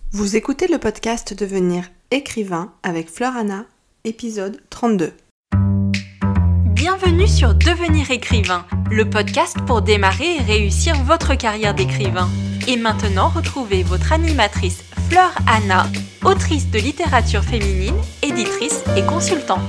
Vous écoutez le podcast Devenir écrivain avec Fleur Anna, épisode 32. Bienvenue sur Devenir écrivain, le podcast pour démarrer et réussir votre carrière d'écrivain. Et maintenant, retrouvez votre animatrice Fleur Anna, autrice de littérature féminine, éditrice et consultante.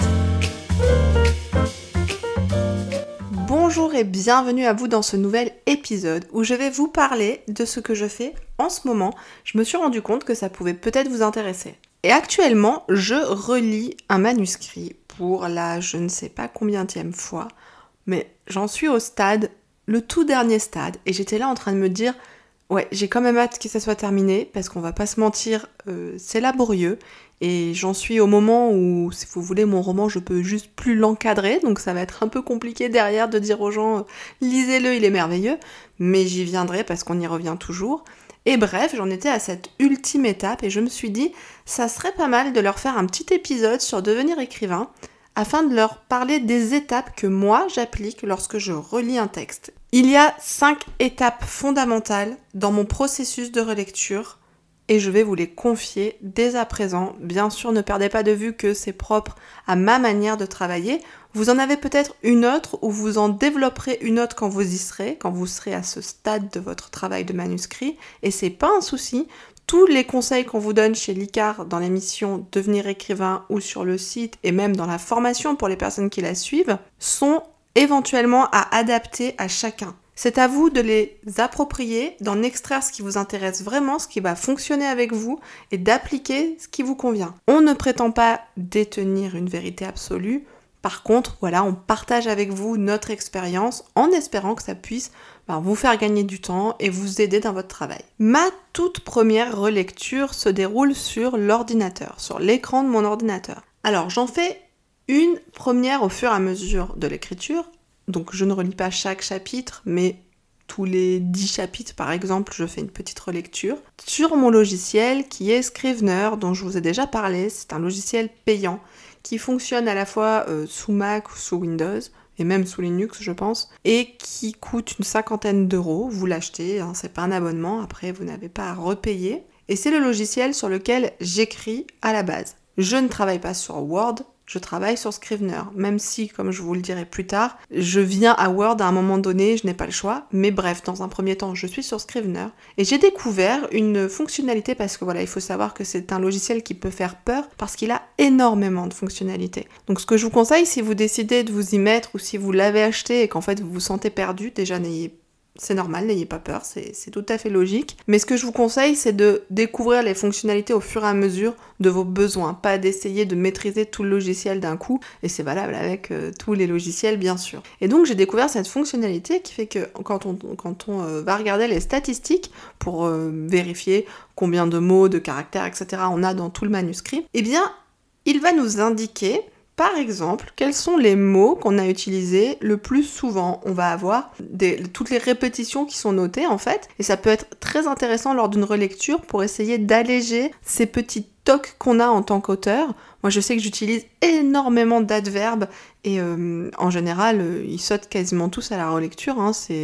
Bonjour et bienvenue à vous dans ce nouvel épisode où je vais vous parler de ce que je fais en ce moment. Je me suis rendu compte que ça pouvait peut-être vous intéresser. Et actuellement, je relis un manuscrit pour la je ne sais pas combienième fois, mais j'en suis au stade, le tout dernier stade, et j'étais là en train de me dire ouais, j'ai quand même hâte que ça soit terminé, parce qu'on va pas se mentir, c'est laborieux, et j'en suis au moment où, si vous voulez, mon roman, je peux juste plus l'encadrer, donc ça va être un peu compliqué derrière de dire aux gens lisez-le, il est merveilleux, mais j'y viendrai parce qu'on y revient toujours. Et bref, j'en étais à cette ultime étape, et je me suis dit, ça serait pas mal de leur faire un petit épisode sur devenir écrivain, afin de leur parler des étapes que moi j'applique lorsque je relis un texte. Il y a 5 étapes fondamentales dans mon processus de relecture et je vais vous les confier dès à présent. Bien sûr, ne perdez pas de vue que c'est propre à ma manière de travailler. Vous en avez peut-être une autre ou vous en développerez une autre quand vous y serez, quand vous serez à ce stade de votre travail de manuscrit. Et c'est pas un souci. Tous les conseils qu'on vous donne chez l'ICAR dans l'émission Devenir écrivain ou sur le site et même dans la formation pour les personnes qui la suivent sont éventuellement à adapter à chacun. C'est à vous de les approprier, d'en extraire ce qui vous intéresse vraiment, ce qui va fonctionner avec vous et d'appliquer ce qui vous convient. On ne prétend pas détenir une vérité absolue. Par contre, voilà, on partage avec vous notre expérience en espérant que ça puisse vous faire gagner du temps et vous aider dans votre travail. Ma toute première relecture se déroule sur l'ordinateur, sur l'écran de mon ordinateur. Alors, j'en fais une première au fur et à mesure de l'écriture. Donc, je ne relis pas chaque chapitre, mais tous les 10 chapitres, par exemple, je fais une petite relecture sur mon logiciel qui est Scrivener, dont je vous ai déjà parlé. C'est un logiciel payant qui fonctionne à la fois sous Mac ou sous Windows, et même sous Linux je pense, et qui coûte une 50aine d'euros. Vous l'achetez, c'est pas un abonnement, après vous n'avez pas à repayer. Et c'est le logiciel sur lequel j'écris à la base. Je ne travaille pas sur Word, je travaille sur Scrivener, même si, comme je vous le dirai plus tard, je viens à Word à un moment donné, je n'ai pas le choix, mais bref, dans un premier temps, je suis sur Scrivener, et j'ai découvert une fonctionnalité, parce que voilà, il faut savoir que c'est un logiciel qui peut faire peur, parce qu'il a énormément de fonctionnalités. Donc ce que je vous conseille, si vous décidez de vous y mettre, ou si vous l'avez acheté et qu'en fait vous vous sentez perdu, déjà c'est normal, n'ayez pas peur, c'est tout à fait logique. Mais ce que je vous conseille, c'est de découvrir les fonctionnalités au fur et à mesure de vos besoins, pas d'essayer de maîtriser tout le logiciel d'un coup, et c'est valable avec tous les logiciels bien sûr. Et donc j'ai découvert cette fonctionnalité qui fait que quand on va regarder les statistiques pour vérifier combien de mots, de caractères, etc. on a dans tout le manuscrit, eh bien il va nous indiquer par exemple, quels sont les mots qu'on a utilisés le plus souvent? On va avoir toutes les répétitions qui sont notées en fait, et ça peut être très intéressant lors d'une relecture pour essayer d'alléger ces petits tocs qu'on a en tant qu'auteur. Moi je sais que j'utilise énormément d'adverbes et en général ils sautent quasiment tous à la relecture,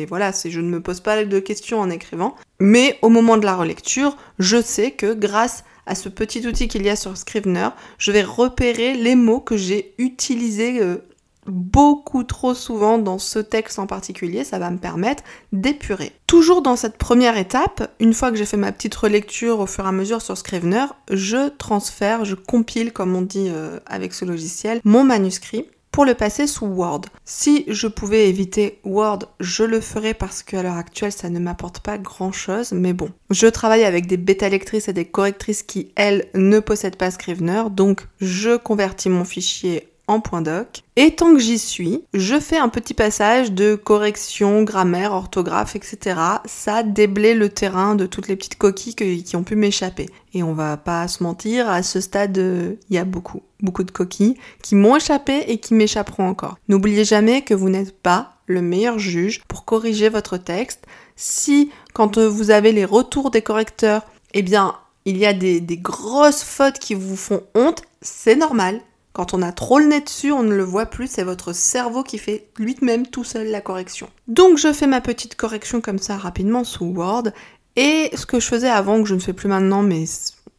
je ne me pose pas de questions en écrivant, mais au moment de la relecture, je sais que grâce à ce petit outil qu'il y a sur Scrivener, je vais repérer les mots que j'ai utilisés beaucoup trop souvent dans ce texte en particulier. Ça va me permettre d'épurer. Toujours dans cette première étape, une fois que j'ai fait ma petite relecture au fur et à mesure sur Scrivener, je transfère, je compile, comme on dit avec ce logiciel, mon manuscrit pour le passer sous Word. Si je pouvais éviter Word, je le ferais parce qu'à l'heure actuelle, ça ne m'apporte pas grand-chose, mais bon. Je travaille avec des bêta-lectrices et des correctrices qui, elles, ne possèdent pas Scrivener, donc je convertis mon fichier en .doc. Et tant que j'y suis, je fais un petit passage de correction, grammaire, orthographe, etc. Ça déblaye le terrain de toutes les petites coquilles qui ont pu m'échapper. Et on va pas se mentir, à ce stade, il y a beaucoup de coquilles qui m'ont échappé et qui m'échapperont encore. N'oubliez jamais que vous n'êtes pas le meilleur juge pour corriger votre texte. Si, quand vous avez les retours des correcteurs, eh bien, il y a des grosses fautes qui vous font honte, c'est normal. Quand on a trop le nez dessus, on ne le voit plus, c'est votre cerveau qui fait lui-même tout seul la correction. Donc je fais ma petite correction comme ça rapidement sous Word, et ce que je faisais avant, que je ne fais plus maintenant, mais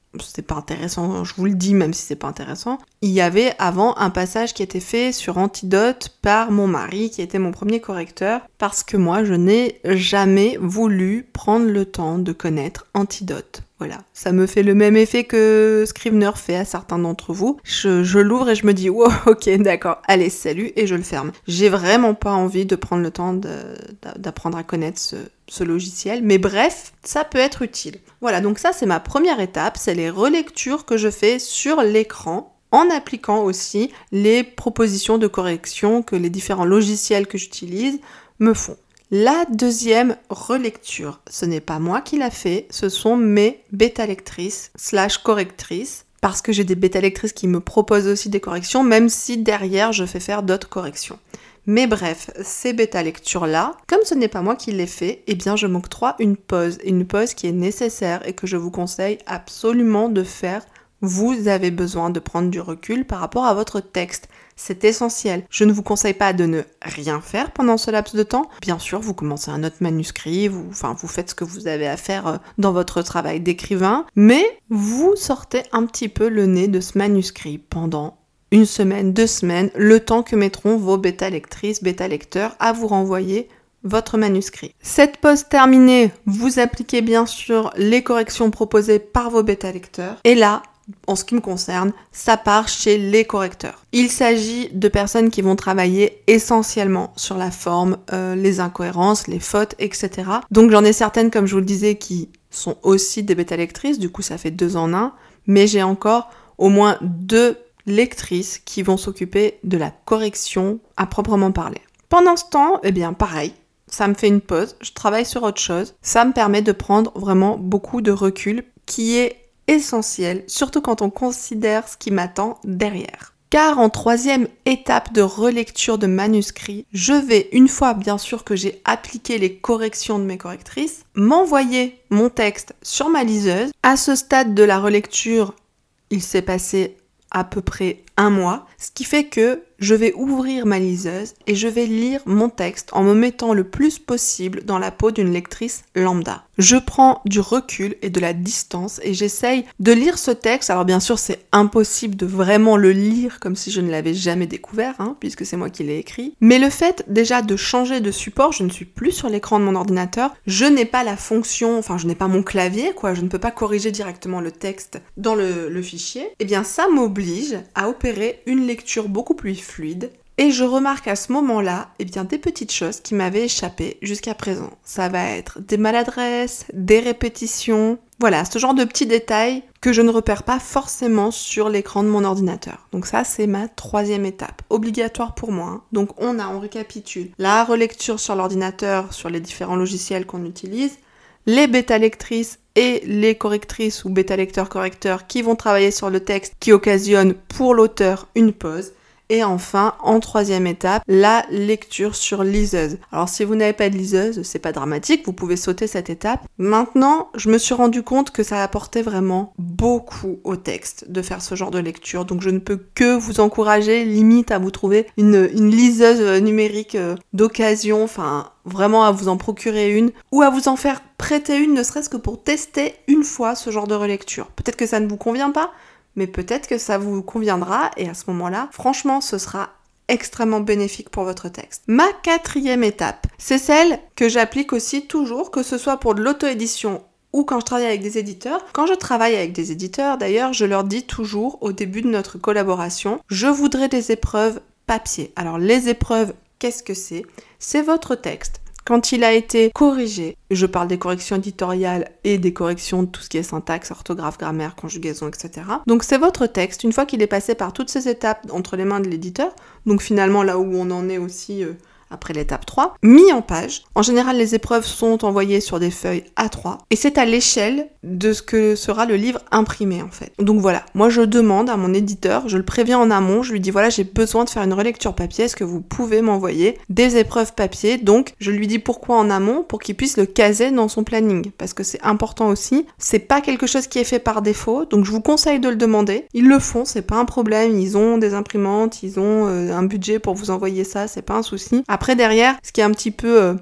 c'est pas intéressant, je vous le dis même si c'est pas intéressant, il y avait avant un passage qui était fait sur Antidote par mon mari qui était mon premier correcteur parce que moi je n'ai jamais voulu prendre le temps de connaître Antidote. Voilà, ça me fait le même effet que Scrivener fait à certains d'entre vous. Je l'ouvre et je me dis wow, ok, d'accord, allez, salut, et je le ferme. J'ai vraiment pas envie de prendre le temps d'apprendre à connaître ce logiciel, mais bref, ça peut être utile. Voilà, donc ça c'est ma première étape, c'est les relectures que je fais sur l'écran, en appliquant aussi les propositions de correction que les différents logiciels que j'utilise me font. La deuxième relecture, ce n'est pas moi qui l'a fait, ce sont mes bêta-lectrices / correctrices, parce que j'ai des bêta-lectrices qui me proposent aussi des corrections, même si derrière je fais faire d'autres corrections. Mais bref, ces bêta-lectures-là, comme ce n'est pas moi qui les fais, eh bien je m'octroie une pause qui est nécessaire et que je vous conseille absolument de faire. Vous avez besoin de prendre du recul par rapport à votre texte. C'est essentiel. Je ne vous conseille pas de ne rien faire pendant ce laps de temps. Bien sûr, vous commencez un autre manuscrit, vous faites ce que vous avez à faire dans votre travail d'écrivain, mais vous sortez un petit peu le nez de ce manuscrit pendant 1 semaine, 2 semaines, le temps que mettront vos bêta-lectrices, bêta-lecteurs à vous renvoyer votre manuscrit. Cette pause terminée, vous appliquez bien sûr les corrections proposées par vos bêta-lecteurs, et là, en ce qui me concerne, ça part chez les correcteurs. Il s'agit de personnes qui vont travailler essentiellement sur la forme, les incohérences, les fautes, etc. Donc j'en ai certaines, comme je vous le disais, qui sont aussi des bêta-lectrices, du coup ça fait 2 en 1, mais j'ai encore au moins 2 lectrices qui vont s'occuper de la correction à proprement parler. Pendant ce temps, eh bien pareil, ça me fait une pause, je travaille sur autre chose, ça me permet de prendre vraiment beaucoup de recul qui est essentiel, surtout quand on considère ce qui m'attend derrière. Car en 3e étape de relecture de manuscrit, je vais, une fois bien sûr que j'ai appliqué les corrections de mes correctrices, m'envoyer mon texte sur ma liseuse. À ce stade de la relecture, il s'est passé à peu près 1 mois, ce qui fait que je vais ouvrir ma liseuse et je vais lire mon texte en me mettant le plus possible dans la peau d'une lectrice lambda. Je prends du recul et de la distance et j'essaye de lire ce texte. Alors bien sûr, c'est impossible de vraiment le lire comme si je ne l'avais jamais découvert, puisque c'est moi qui l'ai écrit. Mais le fait déjà de changer de support, je ne suis plus sur l'écran de mon ordinateur, je n'ai pas la fonction, je n'ai pas mon clavier, je ne peux pas corriger directement le texte dans le fichier, et bien ça m'oblige à opérer une lecture beaucoup plus fluide. Et je remarque à ce moment-là, des petites choses qui m'avaient échappé jusqu'à présent. Ça va être des maladresses, des répétitions, voilà, ce genre de petits détails que je ne repère pas forcément sur l'écran de mon ordinateur. Donc ça, c'est ma 3e étape, obligatoire pour moi. Donc on récapitule la relecture sur l'ordinateur, sur les différents logiciels qu'on utilise, les bêta-lectrices et les correctrices ou bêta-lecteurs-correcteurs qui vont travailler sur le texte qui occasionne pour l'auteur une pause. Et enfin, en 3e étape, la lecture sur liseuse. Alors si vous n'avez pas de liseuse, c'est pas dramatique, vous pouvez sauter cette étape. Maintenant, je me suis rendu compte que ça apportait vraiment beaucoup au texte de faire ce genre de lecture. Donc je ne peux que vous encourager, limite à vous trouver une liseuse numérique d'occasion, vraiment à vous en procurer une, ou à vous en faire prêter une, ne serait-ce que pour tester une fois ce genre de relecture. Peut-être que ça ne vous convient pas, mais peut-être que ça vous conviendra et à ce moment-là, franchement, ce sera extrêmement bénéfique pour votre texte. Ma 4e étape, c'est celle que j'applique aussi toujours, que ce soit pour de l'auto-édition ou quand je travaille avec des éditeurs. Quand je travaille avec des éditeurs, d'ailleurs, je leur dis toujours au début de notre collaboration, je voudrais des épreuves papier. Alors les épreuves, qu'est-ce que c'est ? C'est votre texte. Quand il a été corrigé, je parle des corrections éditoriales et des corrections de tout ce qui est syntaxe, orthographe, grammaire, conjugaison, etc. Donc c'est votre texte, une fois qu'il est passé par toutes ces étapes entre les mains de l'éditeur, donc finalement là où on en est aussi après l'étape 3, mis en page. En général, les épreuves sont envoyées sur des feuilles A3 et c'est à l'échelle de ce que sera le livre imprimé en fait. Donc voilà, moi je demande à mon éditeur, je le préviens en amont, je lui dis voilà, j'ai besoin de faire une relecture papier, est-ce que vous pouvez m'envoyer des épreuves papier ? Donc je lui dis pourquoi en amont, pour qu'il puisse le caser dans son planning, parce que c'est important aussi, c'est pas quelque chose qui est fait par défaut, donc je vous conseille de le demander. Ils le font, c'est pas un problème, ils ont des imprimantes, ils ont un budget pour vous envoyer ça, c'est pas un souci. Après derrière, ce qui est un petit peu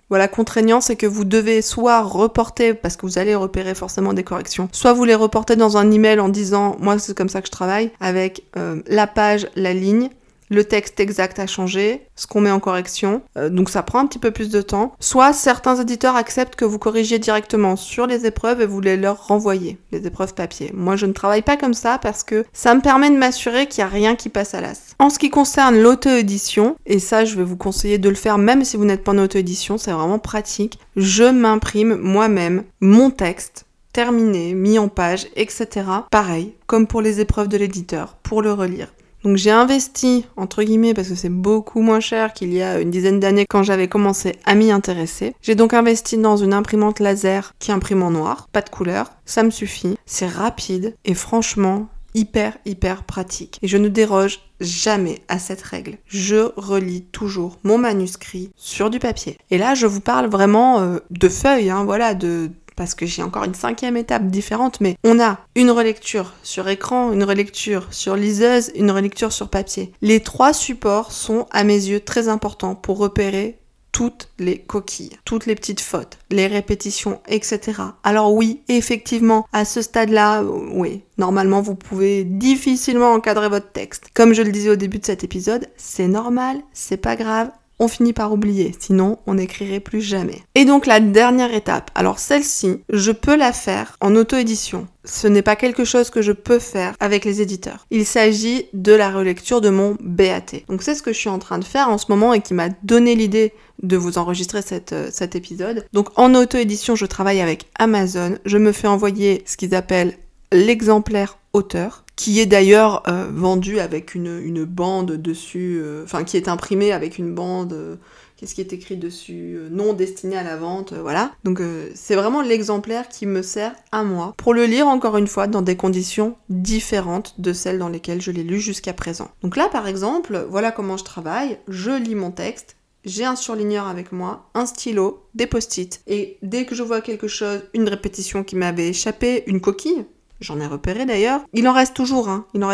Voilà, contraignant, c'est que vous devez soit reporter, parce que vous allez repérer forcément des corrections, soit vous les reportez dans un email en disant, moi c'est comme ça que je travaille, avec la page, la ligne, le texte exact a changé, ce qu'on met en correction, donc ça prend un petit peu plus de temps. Soit certains éditeurs acceptent que vous corrigiez directement sur les épreuves et vous les leur renvoyez, les épreuves papier. Moi je ne travaille pas comme ça parce que ça me permet de m'assurer qu'il n'y a rien qui passe à l'as. En ce qui concerne l'auto-édition, et ça je vais vous conseiller de le faire même si vous n'êtes pas en auto-édition, c'est vraiment pratique, je m'imprime moi-même mon texte, terminé, mis en page, etc. Pareil, comme pour les épreuves de l'éditeur, pour le relire. Donc j'ai investi, entre guillemets, parce que c'est beaucoup moins cher qu'il y a une dizaine d'années quand j'avais commencé à m'y intéresser. J'ai donc investi dans une imprimante laser qui imprime en noir, pas de couleur, ça me suffit, c'est rapide et franchement hyper pratique. Et je ne déroge jamais à cette règle. Je relis toujours mon manuscrit sur du papier. Et là je vous parle vraiment de feuilles, parce que j'ai encore une 5e étape différente, mais on a une relecture sur écran, une relecture sur liseuse, une relecture sur papier. Les 3 supports sont, à mes yeux, très importants pour repérer toutes les coquilles, toutes les petites fautes, les répétitions, etc. Alors oui, effectivement, à ce stade-là, oui, normalement, vous pouvez difficilement encadrer votre texte. Comme je le disais au début de cet épisode, c'est normal, c'est pas grave, on finit par oublier, sinon on n'écrirait plus jamais. Et donc la dernière étape, alors celle-ci, je peux la faire en auto-édition. Ce n'est pas quelque chose que je peux faire avec les éditeurs. Il s'agit de la relecture de mon BAT. Donc c'est ce que je suis en train de faire en ce moment et qui m'a donné l'idée de vous enregistrer cet épisode. Donc en auto-édition, je travaille avec Amazon. Je me fais envoyer ce qu'ils appellent l'exemplaire auteur, qui est d'ailleurs vendu avec une bande dessus, qui est imprimé avec une bande, qu'est-ce qui est écrit dessus, non destiné à la vente, voilà. Donc c'est vraiment l'exemplaire qui me sert à moi, pour le lire encore une fois dans des conditions différentes de celles dans lesquelles je l'ai lu jusqu'à présent. Donc là par exemple, voilà comment je travaille, je lis mon texte, j'ai un surligneur avec moi, un stylo, des post-it, et dès que je vois quelque chose, une répétition qui m'avait échappé, une coquille, j'en ai repéré d'ailleurs. Il en reste toujours.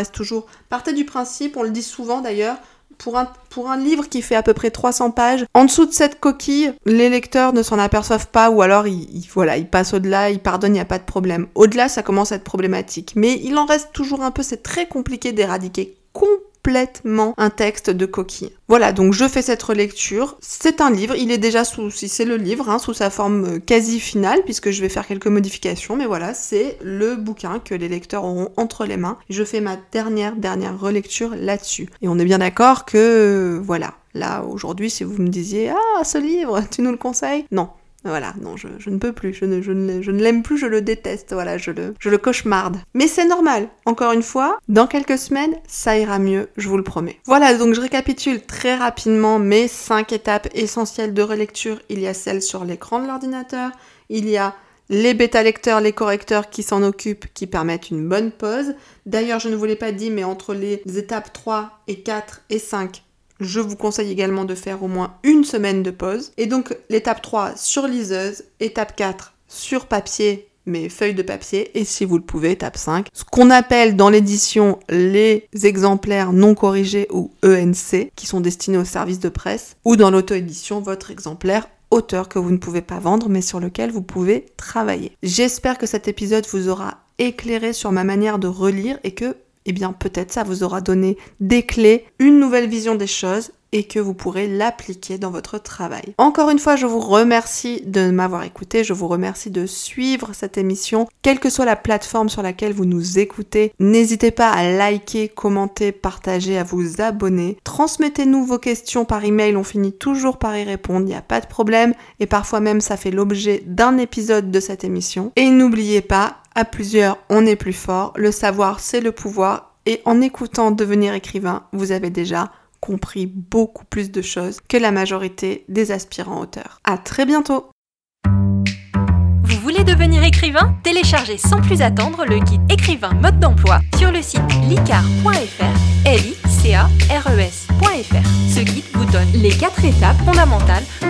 Partez du principe, on le dit souvent d'ailleurs, pour un livre qui fait à peu près 300 pages, en dessous de cette coquille, les lecteurs ne s'en aperçoivent pas ou alors ils passent au-delà, ils pardonnent, il n'y a pas de problème. Au-delà, ça commence à être problématique. Mais il en reste toujours un peu, c'est très compliqué d'éradiquer complètement un texte de coquille. Voilà, donc je fais cette relecture. C'est un livre, il est déjà sous sa forme quasi finale, puisque je vais faire quelques modifications, mais voilà, c'est le bouquin que les lecteurs auront entre les mains. Je fais ma dernière relecture là-dessus. Et on est bien d'accord que, voilà, là, aujourd'hui, si vous me disiez « Ah, ce livre, tu nous le conseilles ?» Non. Voilà, non, je ne peux plus, je ne l'aime plus, je le déteste, voilà, je le cauchemarde. Mais c'est normal, encore une fois, dans quelques semaines, ça ira mieux, je vous le promets. Voilà, donc je récapitule très rapidement mes 5 étapes essentielles de relecture. Il y a celle sur l'écran de l'ordinateur, il y a les bêta-lecteurs, les correcteurs qui s'en occupent, qui permettent une bonne pause. D'ailleurs, je ne vous l'ai pas dit, mais entre les étapes 3 et 4 et 5, je vous conseille également de faire au moins une semaine de pause. Et donc, l'étape 3 sur liseuse, étape 4 sur papier, mais feuilles de papier, et si vous le pouvez, étape 5, ce qu'on appelle dans l'édition les exemplaires non corrigés ou ENC, qui sont destinés au service de presse, ou dans l'auto-édition, votre exemplaire auteur que vous ne pouvez pas vendre, mais sur lequel vous pouvez travailler. J'espère que cet épisode vous aura éclairé sur ma manière de relire et que peut-être ça vous aura donné des clés, une nouvelle vision des choses et que vous pourrez l'appliquer dans votre travail. Encore une fois, je vous remercie de m'avoir écouté, je vous remercie de suivre cette émission, quelle que soit la plateforme sur laquelle vous nous écoutez. N'hésitez pas à liker, commenter, partager, à vous abonner. Transmettez-nous vos questions par email, on finit toujours par y répondre, il n'y a pas de problème, et parfois même ça fait l'objet d'un épisode de cette émission. Et n'oubliez pas, à plusieurs, on est plus fort, le savoir c'est le pouvoir, et en écoutant Devenir écrivain, vous avez déjà compris beaucoup plus de choses que la majorité des aspirants auteurs. À très bientôt! Vous voulez devenir écrivain ? Téléchargez sans plus attendre le guide écrivain mode d'emploi sur le site licares.fr, licares.fr. Ce guide vous donne les 4 étapes fondamentales